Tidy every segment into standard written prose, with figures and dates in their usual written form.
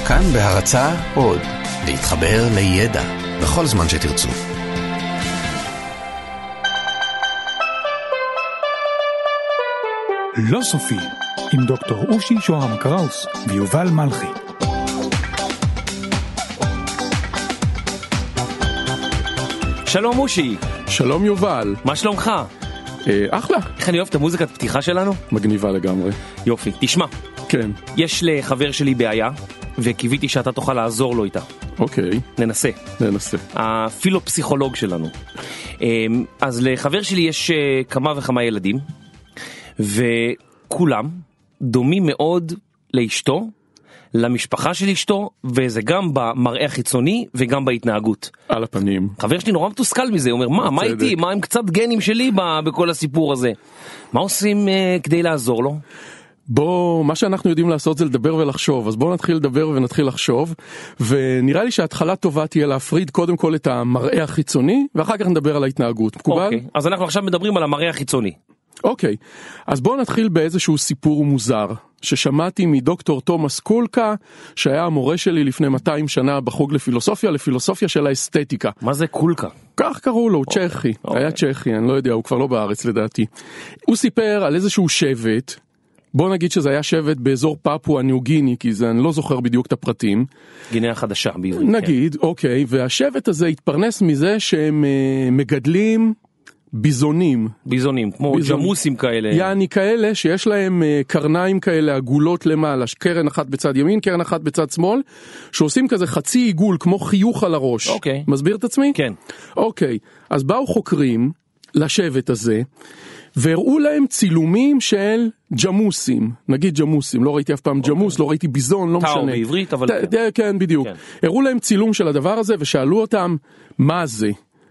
כאן בהרצאה עוד, להתחבר לידע בכל זמן שתרצו. לא סופי, עם דוקטור אושי שוהם קראוס ויובל מלכי. שלום אושי. שלום יובל. מה שלומך? אחלה. איך אני אוהב את המוזיקת פתיחה שלנו? מגניבה לגמרי. יופי, תשמע. כן. יש לחבר שלי בעיה, וקיוויתי שאתה תוכל לעזור לו איתה. אוקיי. ננסה. הפילופסיכולוג שלנו. אז לחבר שלי יש כמה וכמה ילדים, וכולם דומים מאוד לאשתו, למשפחה של אשתו, וזה גם במראה החיצוני וגם בהתנהגות. על הפנים. חבר שלי נורא מתוסכל מזה, הוא אומר, מה איתי? מה עם קצת גנים שלי בכל הסיפור הזה? מה עושים כדי לעזור לו? מה שאנחנו יודעים לעשות זה לדבר ולחשוב, אז בואו נתחיל לדבר ונתחיל לחשוב, ונראה לי שההתחלה טובה תהיה להפריד קודם כל את המראה החיצוני, ואחר כך נדבר על ההתנהגות. מקובל? אוקיי, אז אנחנו עכשיו מדברים על המראה החיצוני. אוקיי, אז בואו נתחיל באיזשהו סיפור מוזר, ששמעתי מדוקטור תומאס קולקה, שהיה המורה שלי לפני 200 שנה בחוג לפילוסופיה של האסתטיקה. מה זה קולקה? כך קראו לו, הוא צ'כי, היה צ'כי, אני לא יודע, הוא כבר לא בארץ לדעתי. הוא סיפר על איזשהו שבט, בוא נגיד שזה היה שבט באזור פפואה ניו גיני, כי אני לא זוכר בדיוק את הפרטים. גינאה החדשה בעברית. נגיד, אוקיי, והשבט הזה התפרנס מזה שהם מגדלים ביזונים, כמו ג'מוסים כאלה. יעני כאלה שיש להם קרניים כאלה עגולות למעלה, קרן אחת בצד ימין, קרן אחת בצד שמאל, שעושים כזה חצי עיגול כמו חיוך על הראש. אוקיי. מסביר את עצמי? כן. אוקיי, אז באו חוקרים לשבט הזה, והראו להם צילומים של ג'מוסים, נגיד ג'מוסים, לא ראיתי אף פעם ג'מוס, לא ראיתי ביזון, לא משנה. טאו בעברית, אבל... כן, בדיוק. הראו להם צילום של הדבר הזה ושאלו אותם, מה זה?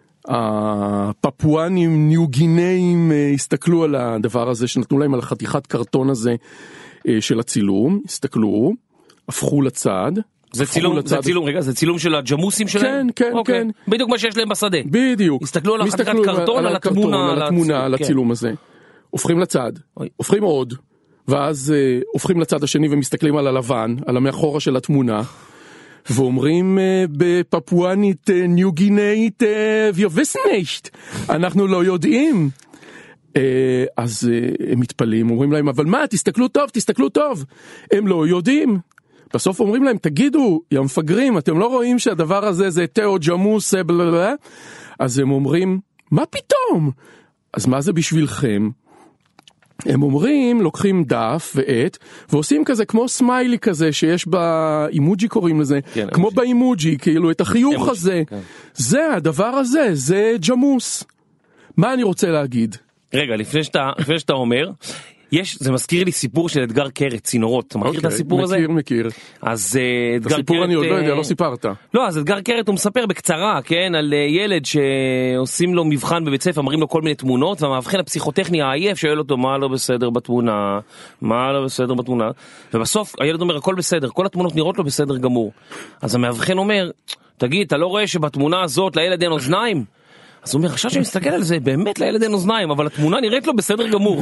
הפפואנים ניו גינאים הסתכלו על הדבר הזה, שנתנו להם על החתיכת קרטון הזה של הצילום, הסתכלו, הפכו לצד. זה צילום של הג'מוסים שלהם? כן. בדיוק מה שיש להם בשדה. בדיוק. הסתכלו על החתיכת קרטון, על התמונה, על הצילום הזה. הופכים לצד, הופכים עוד, ואז הופכים לצד השני ומסתכלים על הלבן, על המאחורה של התמונה, ואומרים בפפואנית ניו גינאית, wir wissen nicht, אנחנו לא יודעים. אז הם מתפלאים, אומרים להם, אבל מה, תסתכלו טוב, הם לא יודעים. בסוף אומרים להם, תגידו, יא מפגרים, אתם לא רואים שהדבר הזה זה תאו ג'מוס, בלבלבלה? אז הם אומרים, מה פתאום? אז מה זה בשבילכם? הם אומרים, לוקחים דף ועט, ועושים כזה כמו סמיילי כזה, שיש באימוג'י קוראים לזה, כן, כמו באימוג'י, כאילו את החיוך הזה. כן. זה הדבר הזה, זה ג'מוס. מה אני רוצה להגיד? רגע, לפני שאתה אומר, זה מזכיר לי סיפור של אתגר קרת, צינורות. אתה מכיר את הסיפור הזה? מכיר. אז את הסיפור אני עוד לא יודע, לא סיפרת. לא, אז אתגר קרת הוא מספר בקצרה, כן, על ילד שעושים לו מבחן בבית ספר, מראים לו כל מיני תמונות, והמאבחן הפסיכוטכני העייף שואל אותו מה לא בסדר בתמונה, ובסוף הילד אומר הכל בסדר, כל התמונות נראות לו בסדר גמור. אז המאבחן אומר, תגיד, אתה לא רואה שבתמונה הזאת לילד אין אוזניים? אז הוא אומר, עכשיו שאני מסתכל על זה, באמת לילד אין אוזניים, אבל התמונה נראית לו בסדר גמור.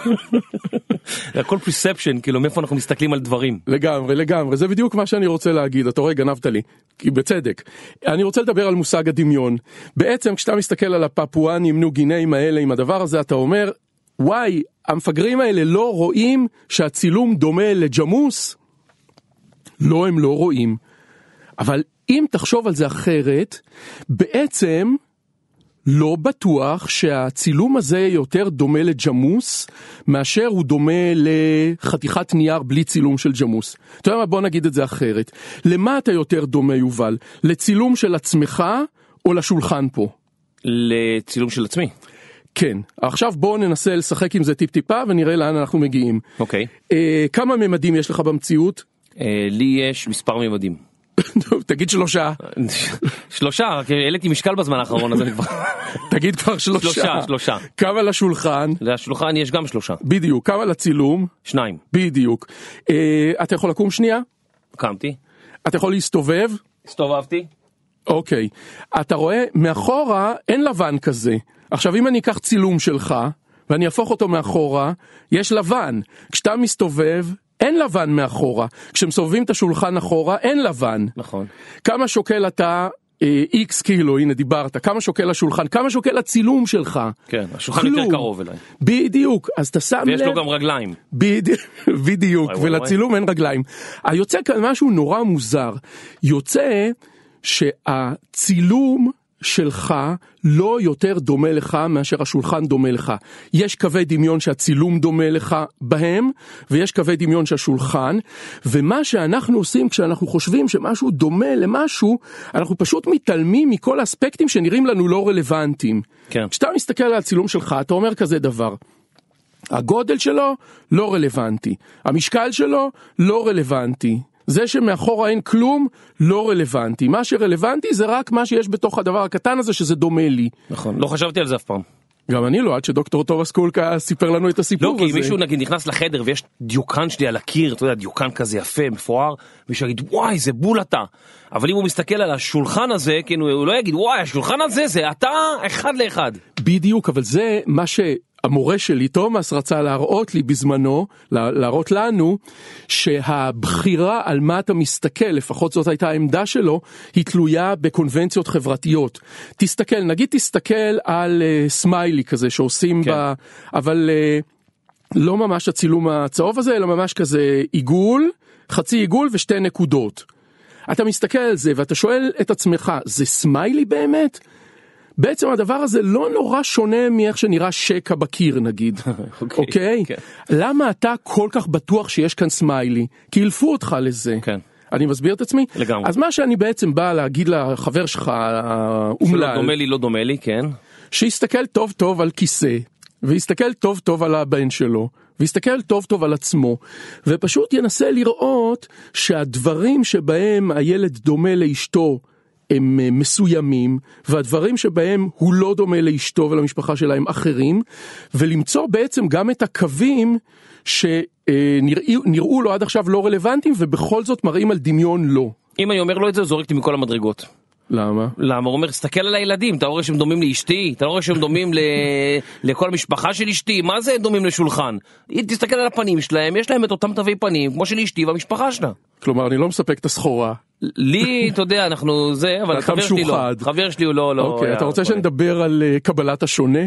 זה הכל פרספשן, כאילו, מאיפה אנחנו מסתכלים על דברים. לגמרי, זה בדיוק מה שאני רוצה להגיד, אתה רואה, גנבת לי, כי בצדק. אני רוצה לדבר על מושג הדמיון. בעצם, כשאתה מסתכל על הפפואנים, ניו גינאים האלה, עם הדבר הזה, אתה אומר, וואי, המפגרים האלה לא רואים שהצילום דומה לג'מוס? לא, הם לא רואים. אבל אם תחשוב על זה אחרת, בעצם לא בטוח שהצילום הזה יותר דומה לג'מוס, מאשר הוא דומה לחתיכת נייר בלי צילום של ג'מוס. אתה יודע מה, בוא נגיד את זה אחרת. למה אתה יותר דומה, יובל? לצילום של עצמך או לשולחן פה? לצילום של עצמי. כן. עכשיו בוא ננסה לשחק עם זה טיפ-טיפה ונראה לאן אנחנו מגיעים. אוקיי. כמה ממדים יש לך במציאות? לי יש מספר ממדים. תגיד 3. 3, כי העליתי משקל בזמן האחרון, אז אני כבר... תגיד כבר 3. 3. כמה לשולחן? לשולחן יש גם 3. בדיוק. כמה לצילום? 2. בדיוק. אתה יכול לקום שנייה? קמתי. אתה יכול להסתובב? הסתובבתי. אוקיי. אתה רואה, מאחורה אין לבן כזה. עכשיו אם אני אקח צילום שלך, ואני אהפוך אותו מאחורה, יש לבן. כשאתה מסתובב, אין לבן מאחורה. כשמסובבים את השולחן אחורה, אין לבן. נכון. כמה שוקל אתה, X קילו, הנה דיברת, כמה שוקל השולחן, כמה שוקל הצילום שלך. כן, השולחן יותר קרוב אליי. בדיוק, אז אתה שם לב. ויש לו גם רגליים. בדיוק, ולצילום אין רגליים. יוצא כאן משהו נורא מוזר. יוצא שהצילום שלך לא יותר דומה לך מאשר השולחן דומה לך. יש קווי דמיון שהצילום דומה לך בהם, ויש קווי דמיון שהשולחן, ומה שאנחנו עושים כשאנחנו חושבים שמשהו דומה למשהו, אנחנו פשוט מתעלמים מכל האספקטים שנראים לנו לא רלוונטיים. כן. כשאתה מסתכל על הצילום שלך, אתה אומר כזה דבר, הגודל שלו לא רלוונטי, המשקל שלו לא רלוונטי, זה שמאחורה אין כלום לא רלוונטי, מה שרלוונטי זה רק מה שיש בתוך הדבר הקטן הזה שזה דומה לי. נכון, לא חשבתי על זה אף פעם. גם אני לא, עד שדוקטור טובס קולקה סיפר לנו את הסיפור הזה. לא, כי מישהו נגיד נכנס לחדר ויש דיוקן שלי על הקיר, אתה יודע, דיוקן כזה יפה, מפואר, מישהו יגיד וואי זה בול אתה, אבל אם הוא מסתכל על השולחן הזה, כן, הוא לא יגיד וואי השולחן הזה זה אתה אחד לאחד. בדיוק, אבל זה מה ש... המורה שלי, תומאס, רצה להראות לי בזמנו, להראות לנו, שהבחירה על מה אתה מסתכל, לפחות זאת הייתה העמדה שלו, היא תלויה בקונבנציות חברתיות. תסתכל, נגיד תסתכל על סמיילי כזה שעושים כן. אבל לא ממש הצילום הצהוב הזה, אלא ממש כזה עיגול, חצי עיגול ושתי נקודות. אתה מסתכל על זה ואתה שואל את עצמך, זה סמיילי באמת? בעצם הדבר הזה לא נורא שונה מאיך שנראה שקע בקיר נגיד, אוקיי? למה אתה כל כך בטוח שיש כאן סמיילי? כי ילפו אותך לזה. אני מסביר את עצמי? לגמרי. אז מה שאני בעצם בא להגיד לחבר שלך, שלא דומה לי, לא דומה לי, כן. שיסתכל טוב טוב על כיסא, ויסתכל טוב טוב על הבן שלו, ויסתכל טוב טוב על עצמו, ופשוט ינסה לראות שהדברים שבהם הילד דומה לאשתו, הם מסוימים, והדברים שבהם הוא לא דומה לאשתו ולמשפחה שלה הם אחרים, ולמצוא בעצם גם את הקווים שנראו לו עד עכשיו לא רלוונטיים, ובכל זאת מראים על דמיון לא. אם אני אומר לו את זה, זורקתי מכל המדרגות. למה? למה? הוא אומר, תסתכל על הילדים, אתה רואה שהם דומים לאשתי, אתה רואה שהם דומים לכל המשפחה של אשתי, מה זה הם דומים לשולחן? תסתכל על הפנים שלהם, יש להם את אותם תווי פנים, כמו של אשתי והמשפחה שלה. כלומר, אני לא מספק את הסחורה. לי, אתה יודע, אנחנו זה, אבל חבר שלי לא. חבר שלי הוא לא. אוקיי, אתה רוצה שנדבר על קבלת השונה?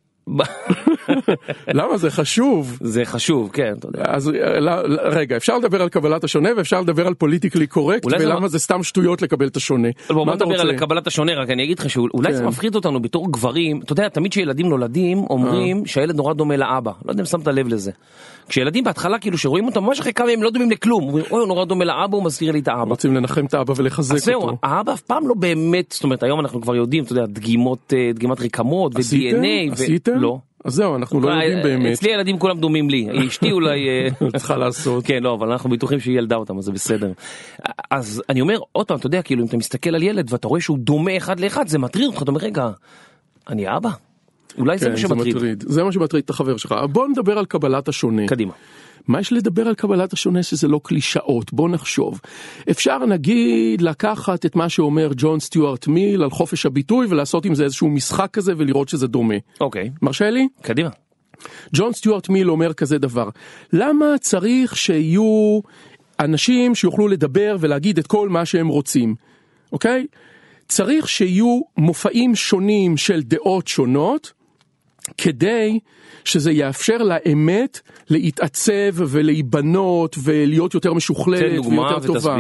למה? זה חשוב. זה חשוב, כן, אתה יודע. אז רגע, אפשר לדבר על קבלת השונה ואפשר לדבר על פוליטיקלי קורקט, ולמה זה סתם שטויות לקבל את השונה. בוא נדבר על קבלת השונה, רק אני אגיד לך שאולי זה מפחיד אותנו בתור גברים, אתה יודע, תמיד שילדים נולדים אומרים שהילד נורא דומה לאבא, לא יודע אם שמת לב לזה. כשילדים בהתחלה כאילו שרואים אותם ממש אחרי כמה הם לא דומים לכלום, אומרים אוי הוא נורא דומה לאבא, הוא מזכיר לי את האבא. רוצים לנחם את האבא ולחזק אותו. זהו, האבא אף פעם לא באמת, זאת אומרת היום אנחנו כבר יודעים, אתה יודע, דגימת רקמות ו-DNA. עשיתם? לא. אז זהו, אנחנו לא יודעים באמת. אצלי ילדים כולם דומים לי, אשתי אולי צריכה לעשות. כן, לא, אבל אנחנו בטוחים שהיא ילדה אותם, אז זה בסדר. אז אני אומר, עוד פעם, אתה יודע, כאילו אם אתה מסתכל על ילד ואתה רואה שהוא דומה אחד לאחד, זה מטריד אותך, אתה אומר, רגע, אני אבא? אולי זה מה שמטריד. זה מה שמטריד את החבר שלך. בוא נדבר על קבלת השונה. קדימה. מה יש לדבר על קבלת השונה שזה לא קלישאות? בוא נחשוב. אפשר נגיד לקחת את מה שאומר ג'ון סטיוארט מיל על חופש הביטוי ולעשות עם זה איזשהו משחק כזה ולראות שזה דומה. אוקיי. מרשה לי? קדימה. ג'ון סטיוארט מיל אומר כזה דבר. למה צריך שיהיו אנשים שיוכלו לדבר ולהגיד את כל מה שהם רוצים? אוקיי? צריך שיהיו מופעים שונים של דעות שונות, כדי שזה יאפשר לאמת להתעצב ולהיבנות ולהיות יותר משוכללת ויותר טובה.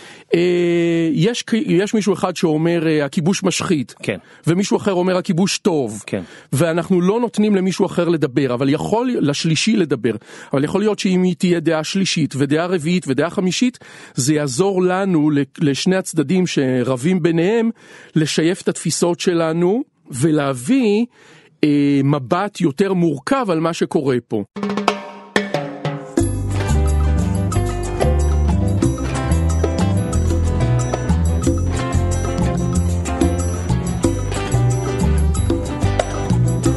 יש מישהו אחד שאומר הכיבוש משחית, כן. ומישהו אחר אומר הכיבוש טוב, כן. ואנחנו לא נותנים למישהו אחר לדבר, אבל לשלישי לדבר, אבל יכול להיות שאם היא תהיה דעה שלישית ודעה רביעית ודעה חמישית, זה יעזור לנו לשני הצדדים שרבים ביניהם לשייף את התפיסות שלנו ולהביא מבט יותר מורכב על מה שקורה פה.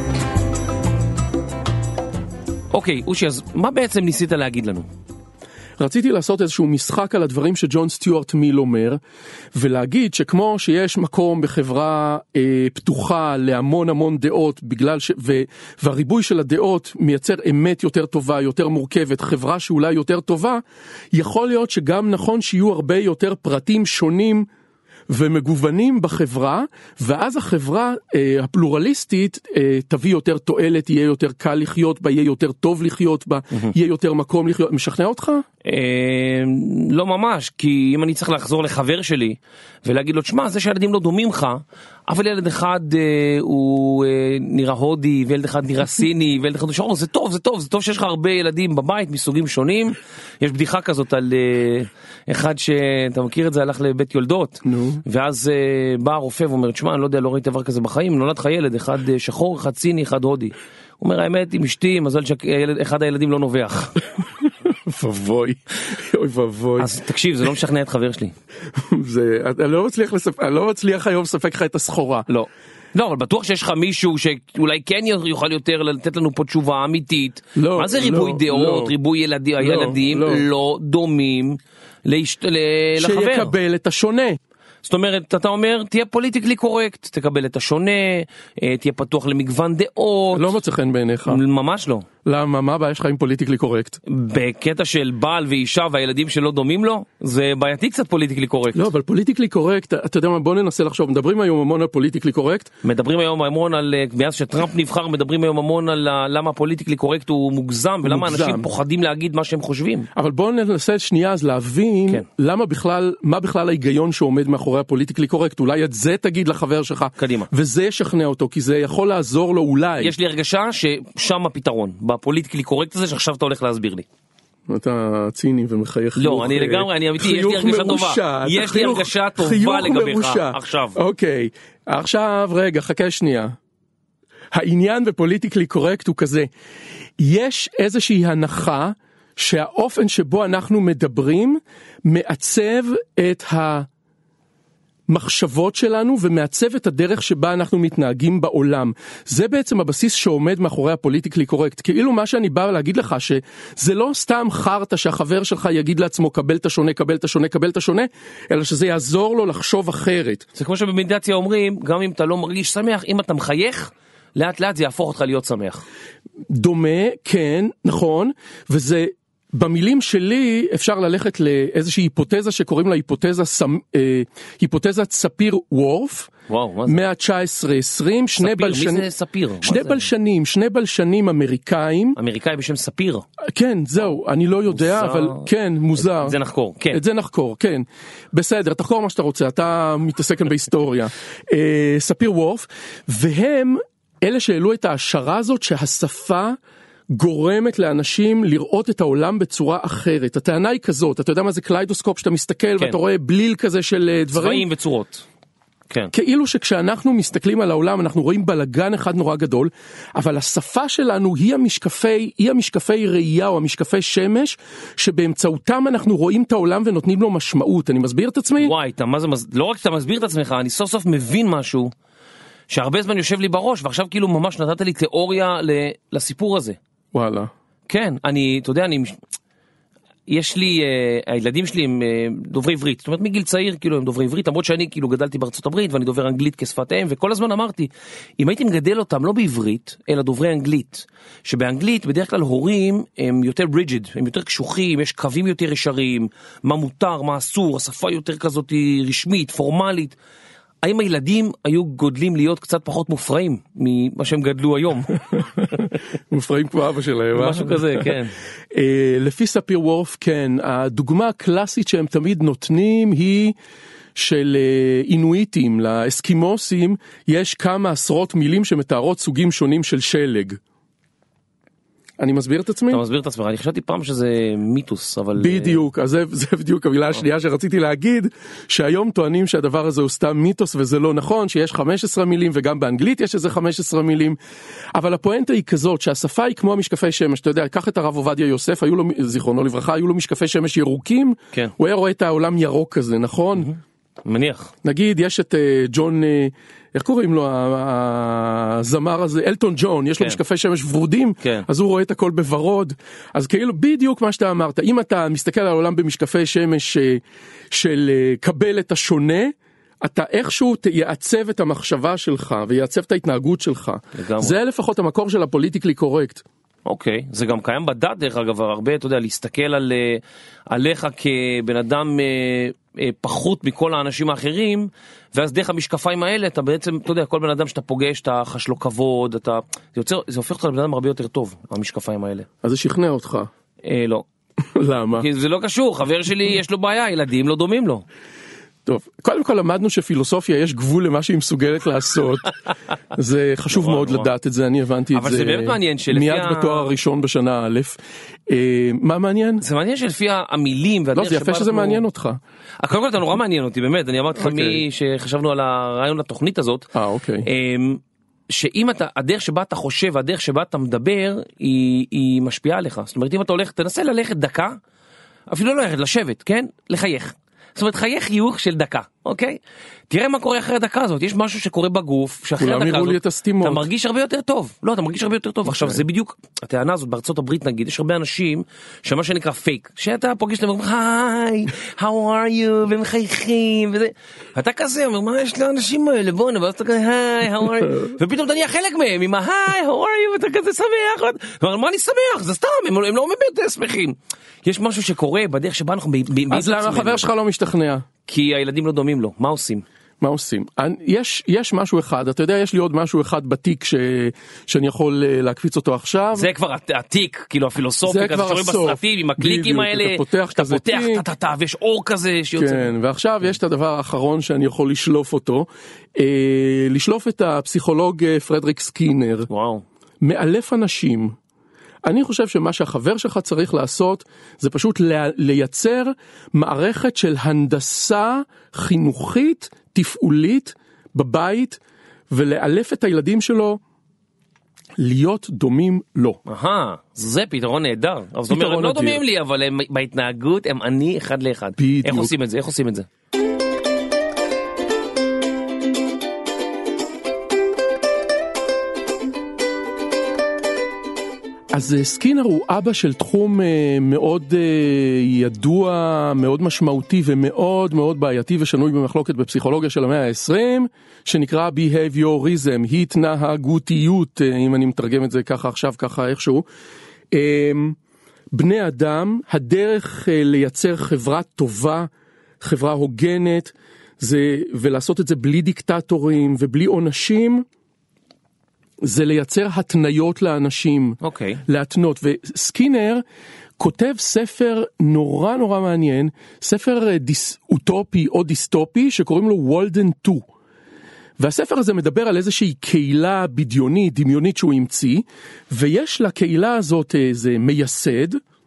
אוקיי, אושי, אז מה בעצם ניסית להגיד לנו? רציתי לעשות איזשהו משחק על הדברים שג'ון סטיוארט מיל אומר, ולהגיד שכמו שיש מקום בחברה פתוחה להמון המון דעות, והריבוי של הדעות מייצר אמת יותר טובה, יותר מורכבת, חברה שאולי יותר טובה, יכול להיות שגם נכון שיהיו הרבה יותר פרטים שונים ומגוונים בחברה, ואז החברה הפלורליסטית תביא יותר תועלת, יהיה יותר קל לחיות בה, יהיה יותר טוב לחיות בה, יהיה יותר מקום לחיות. משכנע אותך? לא ממש, כי אם אני צריך לחזור לחבר שלי ולהגיד לו, תשמע, זה שהילדים לא דומים לך, אבל ילד אחד הוא נראה הודי, וילד אחד נראה סיני, וילד אחד הוא שחור, זה טוב, זה טוב, זה טוב שיש לך הרבה ילדים בבית מסוגים שונים. יש בדיחה כזאת על אחד שאתה מכיר את זה, הלך לבית יולדות, ואז בא הרופא ואומר, תשמע, אני לא יודע, לא ראיתי דבר כזה בחיים, נולד לך ילד, אחד שחור, אחד סיני, אחד הודי. הוא אומר, האמת, עם אשתי, מזל שאחד הילדים לא נובח. ובוי, אוי ובוי. אז תקשיב, זה לא משכנע את חבר שלי. אני לא מצליח היום לספק לך את הסחורה. לא. לא, אבל בטוח שיש לך מישהו שאולי כן יוכל יותר לתת לנו פה תשובה אמיתית. מה זה ריבוי דעות, ריבוי ילדים לא דומים לחבר? שיקבל את השונה. זאת אומרת, אתה אומר, תהיה פוליטיקלי קורקט, תקבל את השונה, תהיה פתוח למגוון דעות. לא מוצא חן בעיניך. ממש לא. למה? מה הבעיה שלך עם פוליטיקלי קורקט? בקטע של בעל ואישה והילדים שלא דומים לו, זה בעייתי קצת פוליטיקלי קורקט. לא, אבל פוליטיקלי קורקט, אתה יודע מה, בוא ננסה לחשוב, מדברים היום המון על פוליטיקלי קורקט? מדברים היום המון על, מאז שטראמפ נבחר, מדברים היום המון על למה פוליטיקלי קורקט הוא מוגזם, ולמה אנשים פוחדים להגיד מה שהם חושבים. אבל בוא ננסה שנייה אז להבין, למה בכלל, מה בכלל ההיגיון שעומד מאחורי הפוליטיקלי קורקט? אולי את זה תגיד לחבר שלך. קדימה. וזה ישכנע אותו, כי זה יכול לעזור לו אולי. יש לי הרגשה ששם הפתרון, בפוליטיקלי קורקט הזה שעכשיו אתה הולך להסביר לי. אתה ציני ומחייך חיוך. לא, אני לגמרי, אני אמיתי, יש לי הרגשה טובה. יש לי הרגשה טובה לגביך עכשיו. אוקיי, עכשיו רגע, חכה שנייה. העניין בפוליטיקלי קורקט הוא כזה, יש איזושהי הנחה שהאופן שבו אנחנו מדברים מעצב את המחשבות שלנו ומעצב את הדרך שבה אנחנו מתנהגים בעולם. זה בעצם הבסיס שעומד מאחורי הפוליטיקלי קורקט. כאילו מה שאני בא להגיד לך שזה לא סתם חרטה שהחבר שלך יגיד לעצמו קבל את השונה, קבל את השונה, קבל את השונה, אלא שזה יעזור לו לחשוב אחרת. זה כמו שבמדיטציה אומרים, גם אם אתה לא מרגיש שמח, אם אתה מחייך, לאט לאט זה יהפוך אותך להיות שמח. דומה, כן, נכון, וזה במילים שלי אפשר ללכת לאיזושהי היפותזה שקוראים לה היפותזת ספיר וורף, מאה ה-19-20, שני בלשנים אמריקאים. אמריקאי בשם ספיר? כן, זהו, אני לא יודע, אבל כן, מוזר. את זה נחקור, כן. את זה נחקור, כן. בסדר, תחקור מה שאתה רוצה, אתה מתעסק כאן בהיסטוריה. ספיר וורף, והם אלה שהעלו את ההשערה הזאת שהשפה גורמת לאנשים לראות את העולם בצורה אחרת. הטענה היא כזאת, אתה יודע מה זה קליידוסקופ שאתה מסתכל ואתה רואה בליל כזה של דברים? צבעים וצורות. כן. כאילו שכשאנחנו מסתכלים על העולם אנחנו רואים בלגן אחד נורא גדול, אבל השפה שלנו היא המשקפי ראייה או המשקפי שמש שבאמצעותם אנחנו רואים את העולם ונותנים לו משמעות. אני מסביר את עצמי? וואי, לא רק אתה מסביר את עצמך, אני סוף סוף מבין משהו שהרבה זמן יושב לי בראש, ועכשיו כאילו ממש נתת לי תיאוריה לסיפור הזה. וואלה. כן, אתה יודע, יש לי, הילדים שלי הם דוברי עברית, זאת אומרת מגיל צעיר כאילו הם דוברי עברית, למרות שאני כאילו גדלתי בארצות הברית ואני דובר אנגלית כשפת אם, וכל הזמן אמרתי, אם הייתי מגדל אותם לא בעברית, אלא דוברי אנגלית, שבאנגלית בדרך כלל הורים הם יותר ריג'יד, הם יותר קשוחים, יש קווים יותר ישרים, מה מותר, מה אסור, השפה יותר כזאת רשמית, פורמלית, האם הילדים היו גודלים להיות קצת פחות מופרעים ממה שהם גדלו היום? מופרעים כמו אבא שלהם. משהו כזה, כן. לפי ספיר וורף, כן. הדוגמה הקלאסית שהם תמיד נותנים היא של אינואיטים, לאסקימוסים, יש כמה עשרות מילים שמתארות סוגים שונים של שלג. אני מסביר את עצמי? אתה מסביר את עצמך, אני חשבתי פעם שזה מיתוס, אבל... בדיוק, אז זה בדיוק המילה השנייה שרציתי להגיד, שהיום טוענים שהדבר הזה הוא סתם מיתוס וזה לא נכון, שיש 15 מילים וגם באנגלית יש איזה 15 מילים, אבל הפואנטה היא כזאת, שהשפה היא כמו המשקפי שמש, אתה יודע, קח את הרב עובדיה יוסף, זיכרונו לברכה, היו לו משקפי שמש ירוקים, כן. הוא היה רואה את העולם ירוק כזה, נכון? מניח. נגיד, יש את ג'ון, איך קוראים לו, הזמר הזה, אלטון ג'ון, יש לו משקפי שמש ורודים, אז הוא רואה את הכל בוורוד, אז כאילו בדיוק מה שאתה אמרת, אם אתה מסתכל על העולם במשקפי שמש של קבל את השונה, אתה איכשהו יעצב את המחשבה שלך, ויעצב את ההתנהגות שלך. לגמרי. זה לפחות המקור של הפוליטיקלי קורקט. אוקיי, זה גם קיים בדת דרך אגב, הרבה, אתה יודע, להסתכל עליך כבן אדם פחות מכל האנשים האחרים, ואז דרך המשקפיים האלה, אתה בעצם, אתה יודע, כל בן אדם שאתה פוגש, אתה חש לו כבוד, זה הופך אותך לבן אדם הרבה יותר טוב, המשקפיים האלה. אז זה שכנע אותך. לא. למה? כי זה לא קשור, חבר שלי יש לו בעיה, ילדים לא דומים לו. טוב, קודם כל למדנו שפילוסופיה יש גבול למה שהיא מסוגלת לעשות, זה חשוב מאוד לדעת את זה, אני הבנתי את זה, אבל זה באמת מעניין מיד בתואר הראשון בשנה א', מה מעניין? זה מעניין שלפי המילים, לא, זה יפה שזה מעניין אותך. קודם כל אתה נורא מעניין אותי, באמת, אני אמרתי לך מי שחשבנו על הרעיון לתוכנית הזאת, אוקיי. שאם אתה, הדרך שבה אתה חושב, הדרך שבה אתה מדבר, היא משפיעה עליך, זאת אומרת אם אתה הולך, תנסה ללכת דקה, אפילו לא ללכת, לשבת, כן? לחייך. זאת אומרת, חיי חיוך של דקה, אוקיי? תראה מה קורה אחרי הדקה הזאת, יש משהו שקורה בגוף, שאחרי הדקה הזאת, אתה מרגיש הרבה יותר טוב. לא, אתה מרגיש הרבה יותר טוב. עכשיו, זה בדיוק, הטענה הזאת בארצות הברית נגיד, יש הרבה אנשים, שמה שנקרא פייק, שאתה פוגש להם, היי, how are you, והם חייכים, וזה, אתה כזה, אומר, מה יש לאנשים האלה, בוא נבוא, אז אתה כזה, היי, how are you, ופתאום אתה נהיה חלק מהם, עם היי, how are you, ואתה כזה שמח, מה אני שמח, זה סתם, הם לא באמת שמחים. יש משהו שקורה בדרך שבה אנחנו אז למה החבר שלך לא משתכנע? כי הילדים לא דומים לו, מה עושים? מה עושים? יש משהו אחד, אתה יודע, יש לי עוד משהו אחד בתיק שאני יכול להקפיץ אותו עכשיו. זה כבר התיק, כאילו הפילוסופי כזה שרואים בסרטים, עם הקליקים האלה, אתה פותח, ויש אור כזה שיוצא. כן, ועכשיו יש את הדבר האחרון שאני יכול לשלוף אותו, לשלוף את הפסיכולוג פרדריק סקינר. וואו. מאלף אנשים. אני חושב שמה שהחבר שלך צריך לעשות, זה פשוט לייצר מערכת של הנדסה חינוכית, תפעולית, בבית, ולאלף את הילדים שלו להיות דומים לו. זה פתרון נהדר. זאת אומרת, הם לא דומים לי, אבל בהתנהגות הם אני אחד לאחד. בדיוק. איך עושים את זה? איך עושים את זה? אז סקינר הוא אבא של תחום מאוד ידוע, מאוד משמעותי ומאוד מאוד בעייתי ושנוי במחלוקת בפסיכולוגיה של המאה ה-20, שנקרא behaviorism, התנהגותיות, אם אני מתרגם את זה ככה עכשיו, ככה איכשהו. בני אדם, הדרך לייצר חברה טובה, חברה הוגנת, ולעשות את זה בלי דיקטטורים ובלי עונשים, זה לייצר התניות לאנשים, להתנות, וסקינר כותב ספר נורא נורא מעניין, ספר אוטופי או דיסטופי שקוראים לו וולדן 2, והספר הזה מדבר על איזושהי קהילה בדיונית, דמיונית שהוא המציא, ויש לקהילה הזאת איזה מייסד,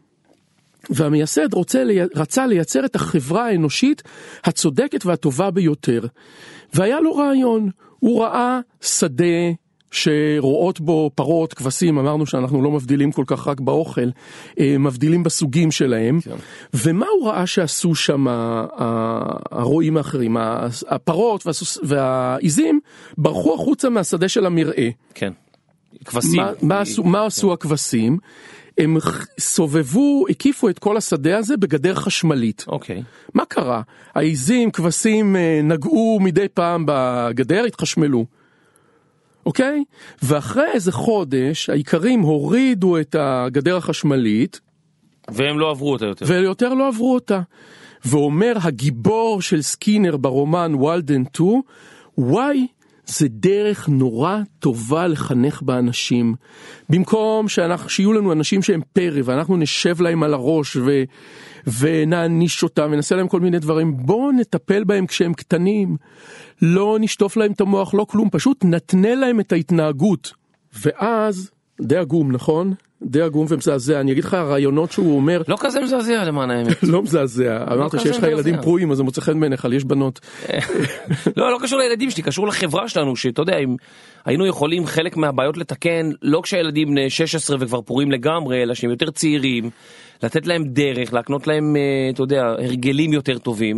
והמייסד רצה לייצר את החברה האנושית הצודקת והטובה ביותר, והיה לו רעיון, הוא ראה שדה, שרואות בו פרות, כבשים, אמרנו שאנחנו לא מבדילים כל כך רק באוכל, מבדילים בסוגים שלהם, ומה הוא ראה שעשו שם הרועים האחרים? הפרות והעיזים ברחו החוצה מהשדה של המרעה. כן, כבשים. מה עשו הכבשים? הם סובבו, הקיפו את כל השדה הזה בגדר חשמלית. אוקיי. מה קרה? העיזים, כבשים נגעו מדי פעם בגדר, התחשמלו. אוקיי? ואחרי איזה חודש, העיקרים הורידו את הגדר החשמלית. והם לא עברו אותה יותר. ויותר לא עברו אותה. ואומר הגיבור של סקינר ברומן וולדן 2, וואי, זה דרך נורא טובה לחנך באנשים. במקום שיהיו לנו אנשים שהם פרא, ואנחנו נשב להם על הראש ונעניש אותם, ונעשה להם כל מיני דברים, בואו נטפל בהם כשהם קטנים. לא נשטוף להם את המוח, לא כלום, פשוט נתנה להם את ההתנהגות. ואז, די עגום, נכון? די עגום ומזעזע. אני אגיד לך, הרעיונות שהוא אומר... לא כזה מזעזע למען האמת. לא מזעזע. אמרת שיש לך ילדים פרועים, אז זה מוצא חן בעיניך, יש בנות. לא קשור לילדים שלי, קשור לחברה שלנו, שאתה יודע, אם היינו יכולים חלק מהבעיות לתקן, לא כשהילדים בני 16 וכבר פרועים לגמרי, אלא שהם יותר צעירים, לתת להם דרך, להקנות להם, אתה יודע, הרגלים יותר טובים,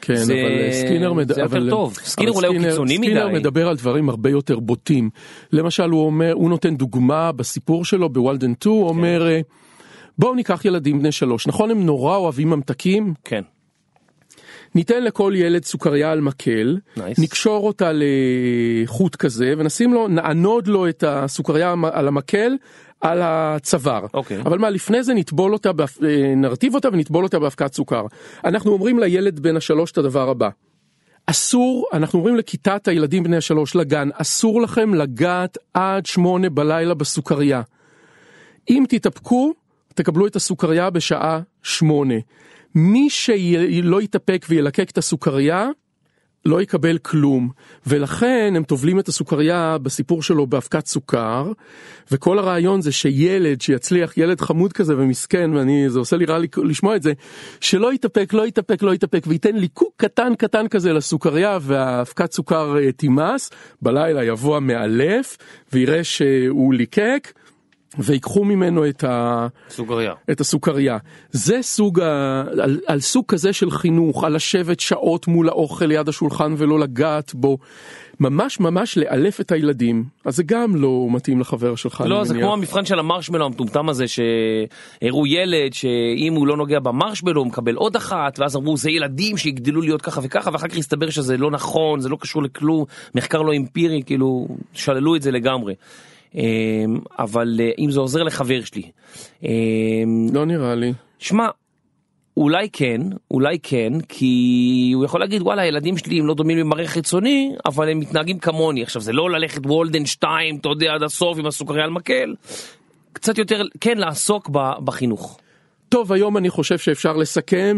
כן, זה, אבל סקינר זה יותר טוב. סקינר אולי הוא קיצוני מדי. סקינר מדבר על דברים הרבה יותר בוטים. למשל הוא נותן דוגמה בסיפור שלו בוולדן 2, הוא אומר, בואו ניקח ילדים בני 3, נכון הם נורא אוהבים ממתקים? כן. ניתן לכל ילד סוכריה על מקל, נקשור אותה לחוט כזה, ונשים לו, נענוד לו את הסוכריה על המקל, על הצוואר. אבל מה, לפני זה נטבול אותה, נרטיב אותה ונטבול אותה בהפקת סוכר. אנחנו אומרים לילד בן 3 את הדבר הבא. אסור, אנחנו אומרים לכיתת הילדים בני 3 לגן, אסור לכם לגעת עד 8 בלילה בסוכריה. אם תתאפקו, תקבלו את הסוכריה בשעה 8. מי שלא יתאפק וילקק את הסוכריה, לא יקבל כלום, ולכן הם טובלים את הסוכריה בסיפור שלו בהפקת סוכר, וכל הרעיון זה שילד שיצליח, ילד חמוד כזה ומסכן, זה עושה לי רע לשמוע את זה, שלא יתאפק, לא יתאפק, לא יתאפק, וייתן ליקוק קטן קטן כזה לסוכריה, וההפקת סוכר תימס, בלילה יבוא המאלף, ויראה שהוא ליקק, ויקחו ממנו את הסוכריה. זה סוג, על סוג כזה של חינוך, על לשבת שעות מול האוכל ליד השולחן ולא לגעת בו, ממש ממש לאלף את הילדים, אז זה גם לא מתאים לחבר שלך. לא, זה כמו המבחן של המרשמלו המטומטם הזה, שהראו ילד שאם הוא לא נוגע במרשמלו הוא מקבל עוד אחת, ואז אמרו זה ילדים שיגדלו להיות ככה וככה, ואחר כך הסתבר שזה לא נכון, זה לא קשור לכלום, מחקר לא אמפירי, כאילו שללו את זה לגמרי. אבל אם זה עוזר לחבר שלי, לא נראה לי. שמע, אולי כן, כי הוא יכול להגיד, וואלה, הילדים שלי הם לא דומים למראה חיצוני, אבל הם מתנהגים כמוני. עכשיו, זה לא ללכת וולדן 2, אתה יודע, עד הסוף עם הסוכריה על מקל, קצת יותר, כן, לעסוק בחינוך. טוב, היום אני חושב שאפשר לסכם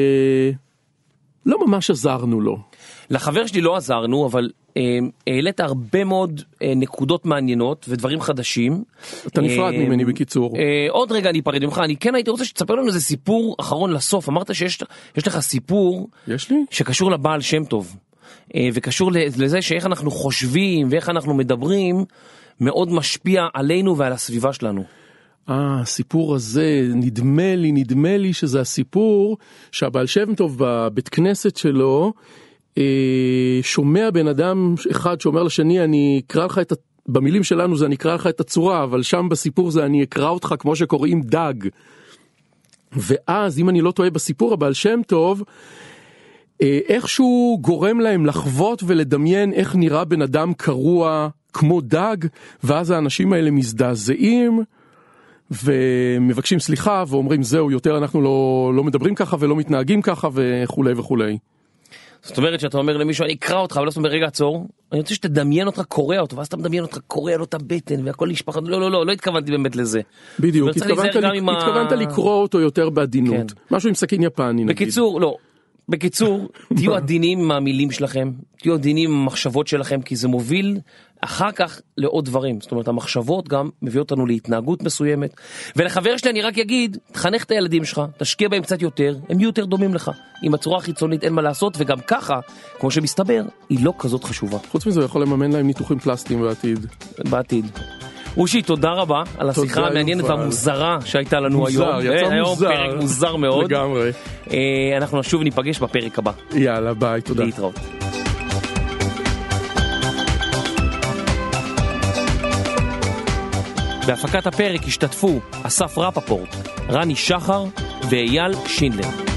לא ממש עזרנו לו. לחבר שלי לא עזרנו, אבל העלית הרבה מאוד נקודות מעניינות ודברים חדשים. אתה נפרד ממני בקיצור. עוד רגע אני אפרד ממך, אני כן הייתי רוצה שתספר לנו איזה סיפור אחרון לסוף. אמרת שיש לך סיפור שקשור לבעל שם טוב, וקשור לזה שאיך אנחנו חושבים ואיך אנחנו מדברים מאוד משפיע עלינו ועל הסביבה שלנו. הסיפור הזה, נדמה לי שזה הסיפור שהבעל שם טוב בבית כנסת שלו, שומע בן אדם אחד שאומר לשני, אני אקרא לך במילים שלנו זה אני אקרא לך את הצורה, אבל שם בסיפור זה אני אקרא אותך כמו שקוראים דג. ואז אם אני לא טועה בסיפור, הבעל שם טוב, איכשהו גורם להם לחוות ולדמיין איך נראה בן אדם קרוע כמו דג, ואז האנשים האלה מזדעזעים, ומבקשים סליחה ואומרים זהו, יותר אנחנו לא מדברים ככה ולא מתנהגים ככה וכולי וכולי. זאת אומרת שאתה אומר למישהו אני אקרא אותך, אבל לא אומר רגע עצור, אני רוצה שתדמיין אותך קורא אותו, ואז אתה מדמיין אותך קורא לו את הבטן והכל נשפחה. לא התכוונתי באמת לזה. בדיוק, התכוונת לקרוא אותו יותר בעדינות, משהו עם סכין יפני נגיד. בקיצור, תהיו עדינים עם המילים שלכם, תהיו עדינים עם המחשבות שלכם, כי זה מוביל אחר כך לעוד דברים. זאת אומרת, המחשבות גם מביאות אותנו להתנהגות מסוימת. ולחבר שלי אני רק אגיד, תחנך את הילדים שלך, תשקיע בהם קצת יותר, הם יהיו יותר דומים לך. עם הצורה החיצונית אין מה לעשות, וגם ככה, כמו שמסתבר, היא לא כזאת חשובה. חוץ מזה, יכול לממן להם ניתוחים פלסטיים בעתיד. אושי, תודה רבה על השיחה המעניינת והמוזרה שהייתה לנו היום. היום פרק מוזר מאוד. לגמרי. אנחנו שוב ניפגש בפרק הבא. יאללה, ביי, תודה. להתראות. בהפקת הפרק השתתפו אסף רפפורט, רני שחר ואייל שינדלר.